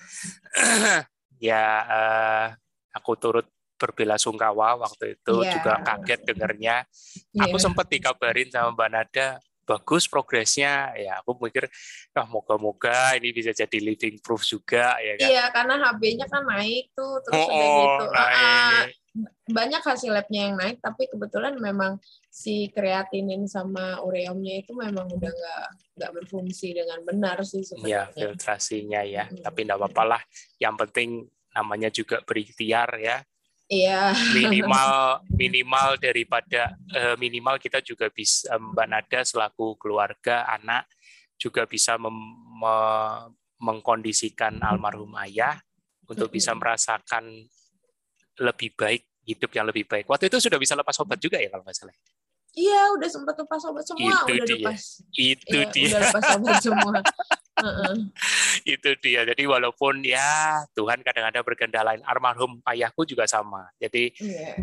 Ya, aku turut berbelasungkawa waktu itu juga Iya. kaget dengarnya. Aku Iya. sempat dikabarin sama Mbak Nada, bagus progresnya. Ya, aku mikir, moga-moga ini bisa jadi living proof juga, ya kan. Iya, karena HB-nya kan naik tuh, terus udah Oh, gitu. naik. banyak hasil labnya yang naik, tapi kebetulan memang si kreatinin sama ureumnya itu memang udah nggak berfungsi dengan benar sih Ya, sebenarnya. filtrasinya ya. Tapi enggak apa-apa lah. Yang penting namanya juga berikhtiar ya. Iya. Minimal daripada minimal kita juga bisa, Mbak Nada selaku keluarga, anak juga bisa mengkondisikan almarhum ayah untuk bisa merasakan lebih baik, hidup yang lebih baik. Waktu itu sudah bisa lepas obat juga ya kalau nggak salah. Iya, udah sempat lepas obat semua, Itu udah dia. lepas. Itu Ya, dia. udah lepas obat semua. Itu dia. Jadi walaupun ya Tuhan kadang-kadang berkendalain, almarhum ayahku juga sama. Jadi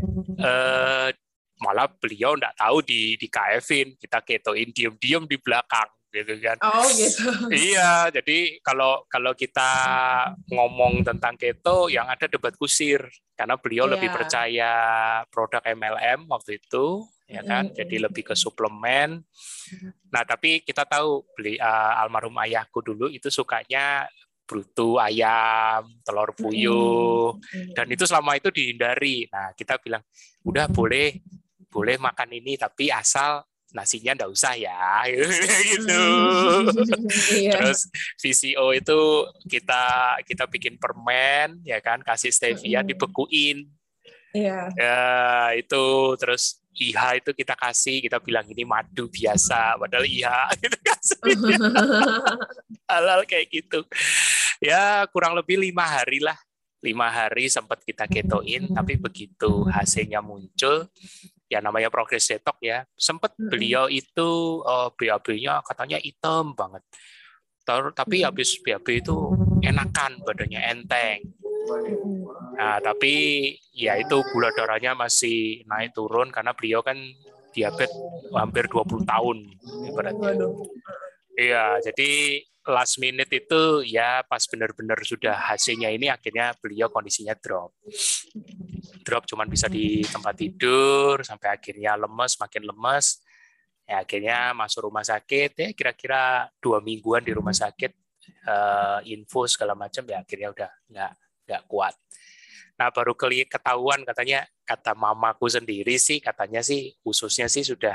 malah beliau nggak tahu di KF-in, kita ketoin diem-diem di belakang gitu kan. Oh gitu. Iya, jadi kalau kita ngomong tentang keto yang ada debat kusir karena beliau lebih percaya produk MLM waktu itu, ya kan. Jadi lebih ke suplemen. Nah, tapi kita tahu almarhum ayahku dulu itu sukanya brutu ayam, telur puyuh, dan itu selama itu dihindari. Nah, kita bilang udah boleh makan ini, tapi asal nasinya nggak usah ya, gitu. Terus VCO itu kita bikin permen, ya kan, kasih stevia dibekuin. Iya. Ya itu, terus IHA itu kita bilang ini madu biasa, padahal IHA kita kasih halal kayak gitu. Ya kurang lebih 5 hari lah. 5 hari sempat kita ketoin, tapi begitu hasilnya muncul, ya namanya progress detox ya, sempat beliau itu BAB-nya katanya hitam banget. Tapi habis BAB itu enakan, badannya enteng. Nah, tapi ya itu gula darahnya masih naik turun karena beliau kan diabetes hampir 20 tahun ibaratnya. Iya, jadi last minute itu ya pas benar-benar sudah hasilnya ini akhirnya beliau kondisinya drop cuman bisa di tempat tidur sampai akhirnya makin lemes ya, akhirnya masuk rumah sakit ya, kira-kira 2 mingguan di rumah sakit, info segala macam ya, akhirnya udah nggak kuat. Nah baru ketahuan, katanya, kata mamaku sendiri sih, katanya sih ususnya sih sudah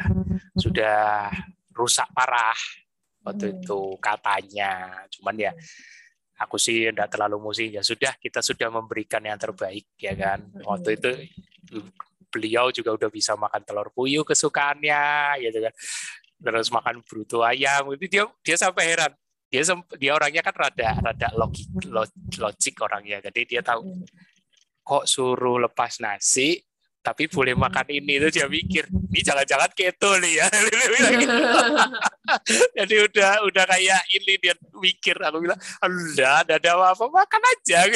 rusak parah waktu itu katanya. Cuman ya aku sih enggak terlalu musik, ya sudah, kita sudah memberikan yang terbaik ya kan. Waktu itu beliau juga udah bisa makan telur puyuh kesukaannya gitu kan, terus makan bruto ayam. Itu dia sampai heran, dia orangnya kan rada logik orangnya, jadi dia tahu kok suruh lepas nasi tapi boleh makan ini. Itu dia mikir, ini jangan-jangan keto nih ya. Jadi udah kayak ini dia mikir. Aku bilang, udah ada apa-apa, makan aja.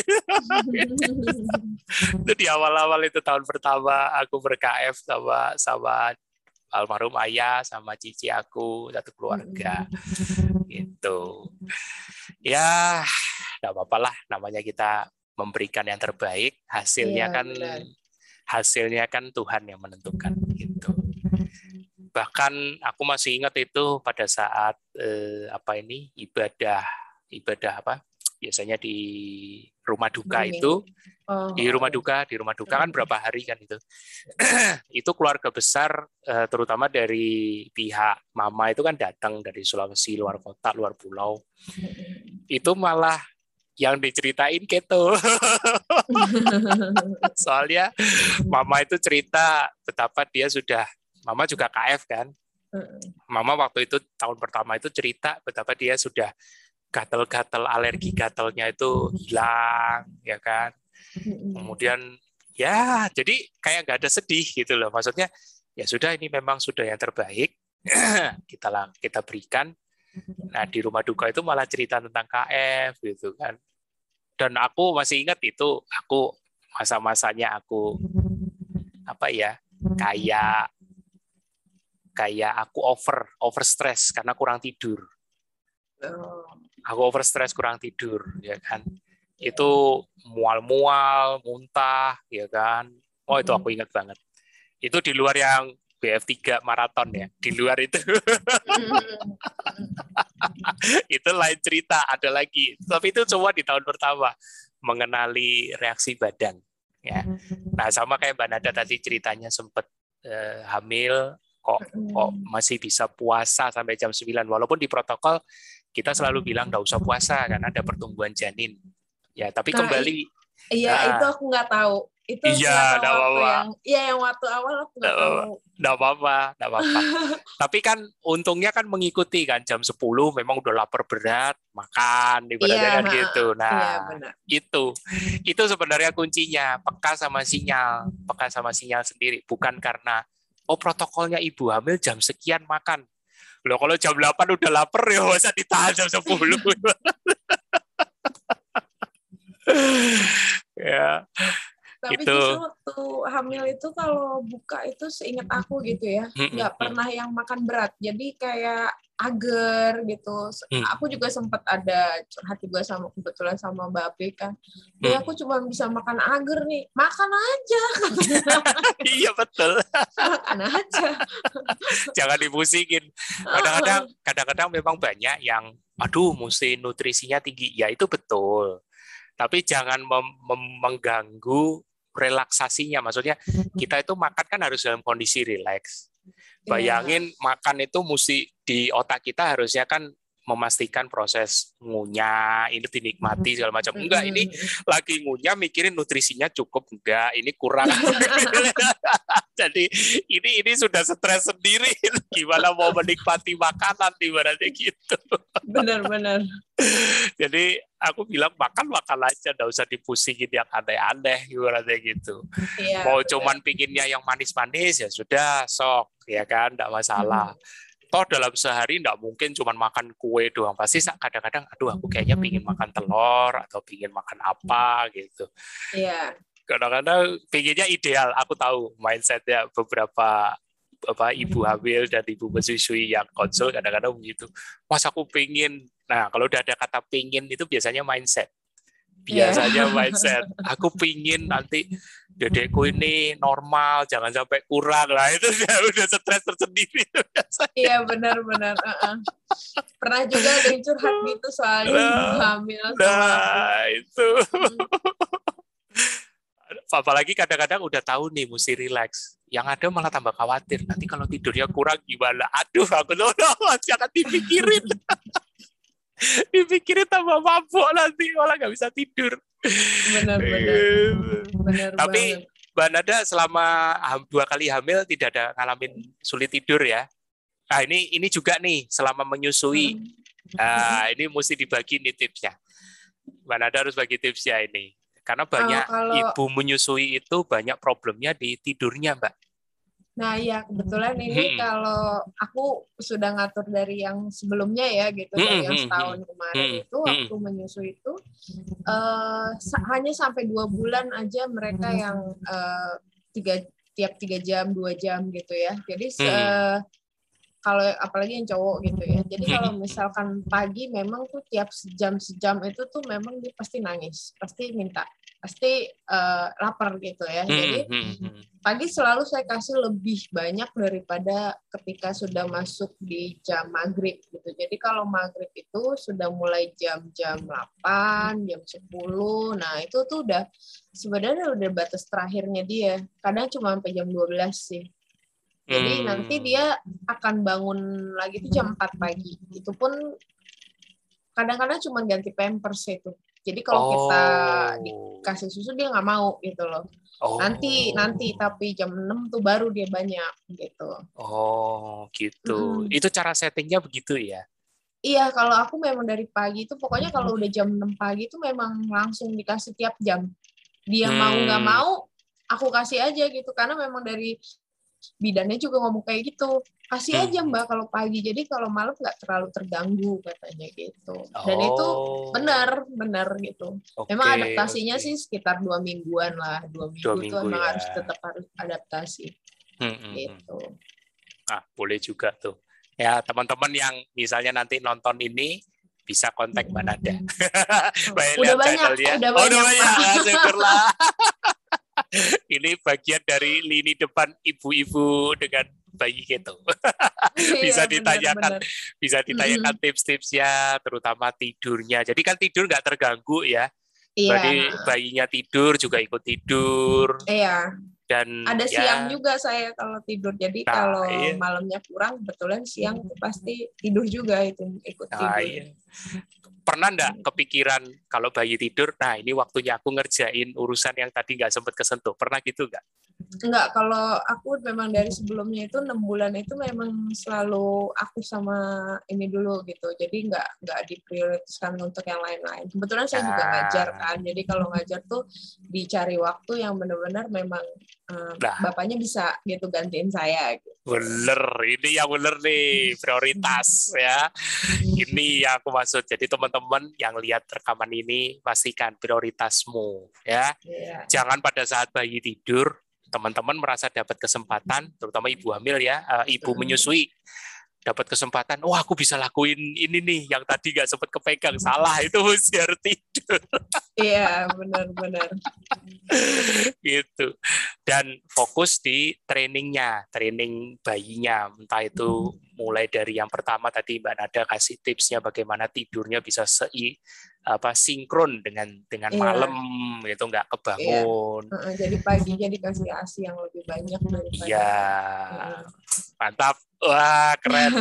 Itu di awal-awal itu, tahun pertama aku ber-KF sama almarhum ayah sama cici aku, satu keluarga gitu. Ya nggak apa-apa lah, namanya kita memberikan yang terbaik, hasilnya kan Tuhan yang menentukan gitu. Bahkan aku masih ingat itu pada saat ibadah apa biasanya di rumah duka itu, di rumah duka kan berapa hari kan itu. Itu keluarga besar, terutama dari pihak mama itu kan datang dari Sulawesi, luar kota, luar pulau. Itu malah yang diceritain keto. Soalnya mama itu cerita betapa dia mama juga KF kan. Mama waktu itu tahun pertama itu cerita betapa dia sudah gatal-gatal, alergi gatalnya itu hilang ya kan. Kemudian ya jadi kayak nggak ada sedih gitu loh. Maksudnya ya sudah, ini memang sudah yang terbaik kita berikan. Nah di rumah duka itu malah cerita tentang KF gitu kan. Dan aku masih ingat itu, aku masa-masanya aku kayak aku over stress karena kurang tidur. Aku over stress, kurang tidur ya kan. Itu mual-mual, muntah ya kan. Oh itu aku ingat banget. Itu di luar yang BF3 maraton ya, di luar itu. Itu lain cerita, ada lagi. Tapi itu cuma di tahun pertama, mengenali reaksi badan ya. Nah, sama kayak Mbak Nada tadi ceritanya sempat hamil, kok masih bisa puasa sampai jam 9, walaupun di protokol kita selalu bilang nggak usah puasa karena ada pertumbuhan janin. Ya, tapi kembali. Iya, itu aku nggak tahu. Itu Iya, ternyata yang waktu awal aku nggak tahu. Nggak apa-apa. Tapi kan untungnya kan mengikuti kan, jam 10 memang udah lapar berat, makan, ibaratnya kan gitu. Nah, iya, benar. Itu sebenarnya kuncinya, peka sama sinyal sendiri. Bukan karena, protokolnya ibu hamil jam sekian makan. Loh, kalau jam 8 udah lapar, ya masa ditahan jam 10. Ya. Tapi justru waktu hamil itu kalau buka itu seingat aku gitu ya, nggak pernah yang makan berat. Jadi kayak agar gitu. Aku juga sempat ada curhat juga kebetulan sama Mbak Abe kan. Jadi aku cuma bisa makan agar nih. Makan aja. Iya betul. Makan aja. Jangan dipusingin. Kadang-kadang memang banyak yang, aduh mesti nutrisinya tinggi. Ya itu betul. Tapi jangan mengganggu relaksasinya. Maksudnya kita itu makan kan harus dalam kondisi rileks. Bayangin makan itu mesti di otak kita harusnya kan memastikan proses ngunyah ini dinikmati segala macam. Enggak, ini lagi ngunyah mikirin nutrisinya cukup enggak, ini kurang. Jadi ini sudah stres sendiri. Gimana mau menikmati makanan ibaratnya gitu. Benar-benar. Jadi aku bilang makan aja, enggak usah dipusingin yang aneh-aneh ibaratnya gitu. Iya, mau cuman pinginnya yang manis-manis ya sudah sok ya kan, enggak masalah. Toh dalam sehari enggak mungkin cuma makan kue doang, pasti kadang-kadang aduh aku kayaknya pingin makan telur atau pingin makan apa gitu. Iya. Kadang-kadang pinginnya ideal, aku tahu mindsetnya beberapa ibu hamil dan ibu menyusui yang konsul kadang-kadang begitu. Mas aku pingin. Nah kalau udah ada kata pingin itu biasanya mindset. Mindset. Aku pingin nanti dedekku ini normal, jangan sampai kurang lah. Itu udah stres tersendiri. Iya benar-benar. Pernah juga ada yang curhat gitu soalnya ibu hamil. Nah itu. Apalagi kadang-kadang udah tahu nih mesti relax. Yang ada malah tambah khawatir. Nanti kalau tidurnya kurang gimana? Aduh, aku jangan dipikirin. Dipikirin tambah mabuk nanti malah nggak bisa tidur. Benar. Tapi Mbak Nada selama 2 kali hamil tidak ada ngalamin sulit tidur ya? Nah ini juga nih selama menyusui. Nah, ini mesti dibagi nih tipsnya. Mbak Nada harus bagi tipsnya ini. Karena banyak ibu menyusui itu banyak problemnya di tidurnya, Mbak. Nah, ya kebetulan ini kalau aku sudah ngatur dari yang sebelumnya ya gitu, dari yang setahun kemarin itu waktu menyusui itu hanya sampai 2 bulan aja mereka yang tiap 3 jam, 2 jam gitu ya. Jadi kalau apalagi yang cowok gitu ya. Jadi kalau misalkan pagi memang tuh tiap sejam itu tuh memang dia pasti nangis, pasti minta, pasti lapar gitu ya. Jadi pagi selalu saya kasih lebih banyak daripada ketika sudah masuk di jam maghrib gitu. Jadi kalau maghrib itu sudah mulai jam 8, jam 10, nah itu tuh udah sebenarnya udah batas terakhirnya dia. Kadang cuma sampai jam 12 sih. Jadi nanti dia akan bangun lagi tuh jam 4 pagi. Itu pun kadang-kadang cuma ganti pampers itu. Jadi kalau kita dikasih susu dia nggak mau gitu loh. Nanti tapi jam 6 tuh baru dia banyak gitu. Oh gitu. Itu cara settingnya begitu ya? Iya, kalau aku memang dari pagi itu pokoknya kalau udah jam 6 pagi itu memang langsung dikasih tiap jam. Dia mau nggak mau aku kasih aja gitu karena memang dari bidannya juga ngomong kayak gitu, kasih aja Mbak kalau pagi, jadi kalau malam nggak terlalu terganggu katanya gitu. Dan itu benar gitu. Memang adaptasinya sih sekitar 2 mingguan lah, 2 minggu itu emang harus tetap harus adaptasi. Gitu. Nah, boleh juga tuh. Ya teman-teman yang misalnya nanti nonton ini bisa kontak Mbak Nada. Udah banyak. Syukurlah. Ini bagian dari lini depan ibu-ibu dengan bayi gitu. Bisa ditanyakan, bisa ditanyakan tips-tipsnya, terutama tidurnya. Jadi kan tidur nggak terganggu ya. Berarti Iya. bayinya tidur juga ikut tidur. Iya. Dan ada ya, siang juga saya kalau tidur. Jadi kalau iya. malamnya kurang, kebetulan siang pasti tidur juga itu ikut tidur. Iya. Pernah enggak kepikiran kalau bayi tidur, nah ini waktunya aku ngerjain urusan yang tadi nggak sempat kesentuh. Pernah gitu nggak? Enggak, kalau aku memang dari sebelumnya itu 6 bulan itu memang selalu aku sama ini dulu gitu. Jadi enggak diprioritaskan untuk yang lain-lain. Kebetulan saya juga ngajar kan. Jadi kalau ngajar tuh dicari waktu yang benar-benar memang bapaknya bisa gitu gantiin saya. Gitu. Bener, ini yang bener nih, prioritas ya. Ini yang aku maksud. Jadi teman-teman yang lihat rekaman ini, pastikan prioritasmu ya. Yeah. Jangan pada saat bayi tidur, teman-teman merasa dapat kesempatan, terutama ibu hamil ya, ibu menyusui, dapat kesempatan, wah aku bisa lakuin ini nih, yang tadi nggak sempat kepegang, salah, itu mesti harus tidur. Iya, benar-benar. Gitu. Dan fokus di trainingnya, training bayinya, entah itu mulai dari yang pertama tadi Mbak Nada kasih tipsnya bagaimana tidurnya bisa sinkron dengan malam gitu, nggak kebangun. Iya. Jadi paginya dikasih ASI yang lebih banyak daripada. Iya. Mantap. Wah, keren.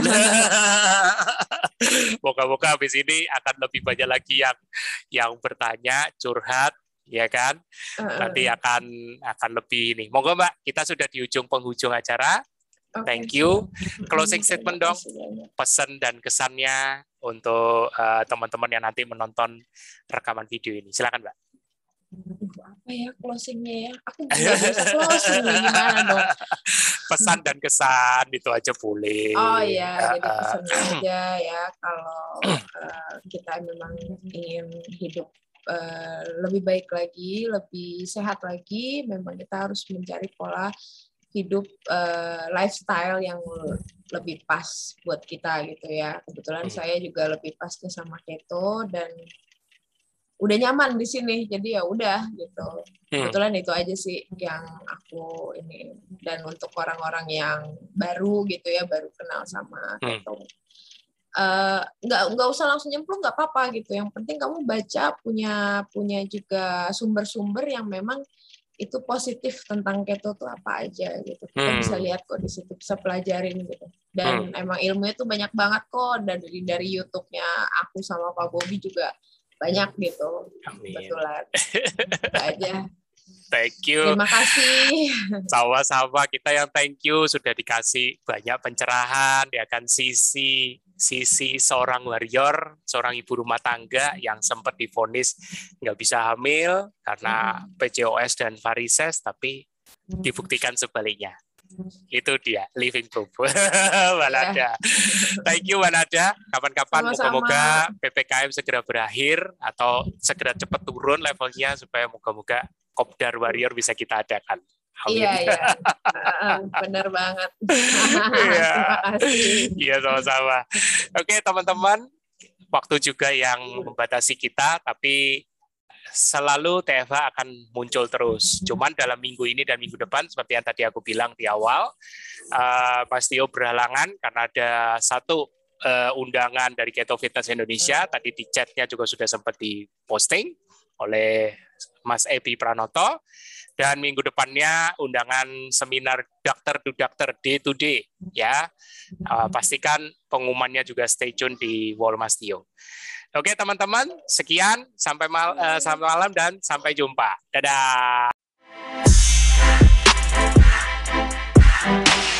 Moga-moga habis ini akan lebih banyak lagi yang bertanya, curhat, ya kan? Nanti akan lebih ini. Monggo Mbak, kita sudah di penghujung acara. Thank you. Closing statement dong. Pesan dan kesannya untuk teman-teman yang nanti menonton rekaman video ini. Silakan Mbak. Apa ya closingnya ya? Aku nggak bisa closing nih, gimana dong? Pesan dan kesan itu aja boleh. Oh iya, jadi pesannya aja ya kalau kita memang ingin hidup lebih baik lagi, lebih sehat lagi, memang kita harus mencari pola hidup lifestyle yang lebih pas buat kita gitu ya. Kebetulan saya juga lebih pasnya sama keto dan udah nyaman di sini, jadi ya udah gitu. Kebetulan itu aja sih yang aku ini. Dan untuk orang-orang yang baru gitu ya, baru kenal sama keto, nggak usah langsung nyemplung, nggak apa-apa gitu. Yang penting kamu baca, punya juga sumber-sumber yang memang itu positif tentang keto tuh apa aja gitu. Kita bisa lihat kok di situ, bisa pelajarin gitu. Dan emang ilmunya tuh banyak banget kok, dari YouTube-nya aku sama Pak Bobi juga banyak gitu. Kebetulan. Itu aja. Thank you. Terima kasih. Sama-sama, kita yang thank you sudah dikasih banyak pencerahan ya kan, sisi seorang warrior, seorang ibu rumah tangga yang sempat divonis nggak bisa hamil karena PCOS dan varises, tapi dibuktikan sebaliknya. Itu dia living proof. Mbak Nada. Thank you Mbak Nada. Kapan-kapan moga-moga PPKM segera berakhir atau segera cepat turun levelnya supaya moga-moga Kopdar Warrior bisa kita adakan. Amin. Iya. Benar banget. Terima kasih. Iya, sama-sama. Oke, teman-teman, waktu juga yang membatasi kita, tapi selalu TFH akan muncul terus. Cuman dalam minggu ini dan minggu depan, seperti yang tadi aku bilang di awal, Mas Tio berhalangan karena ada satu undangan dari Keto Fitness Indonesia. Tadi di chatnya juga sudah sempat diposting oleh Mas Ebi Pranoto. Dan minggu depannya undangan seminar Doctor to Doctor Day to Day ya. Pastikan pengumumannya juga stay tune di wall Mas Tio. Oke teman-teman, sekian sampai malam dan sampai jumpa. Dadah.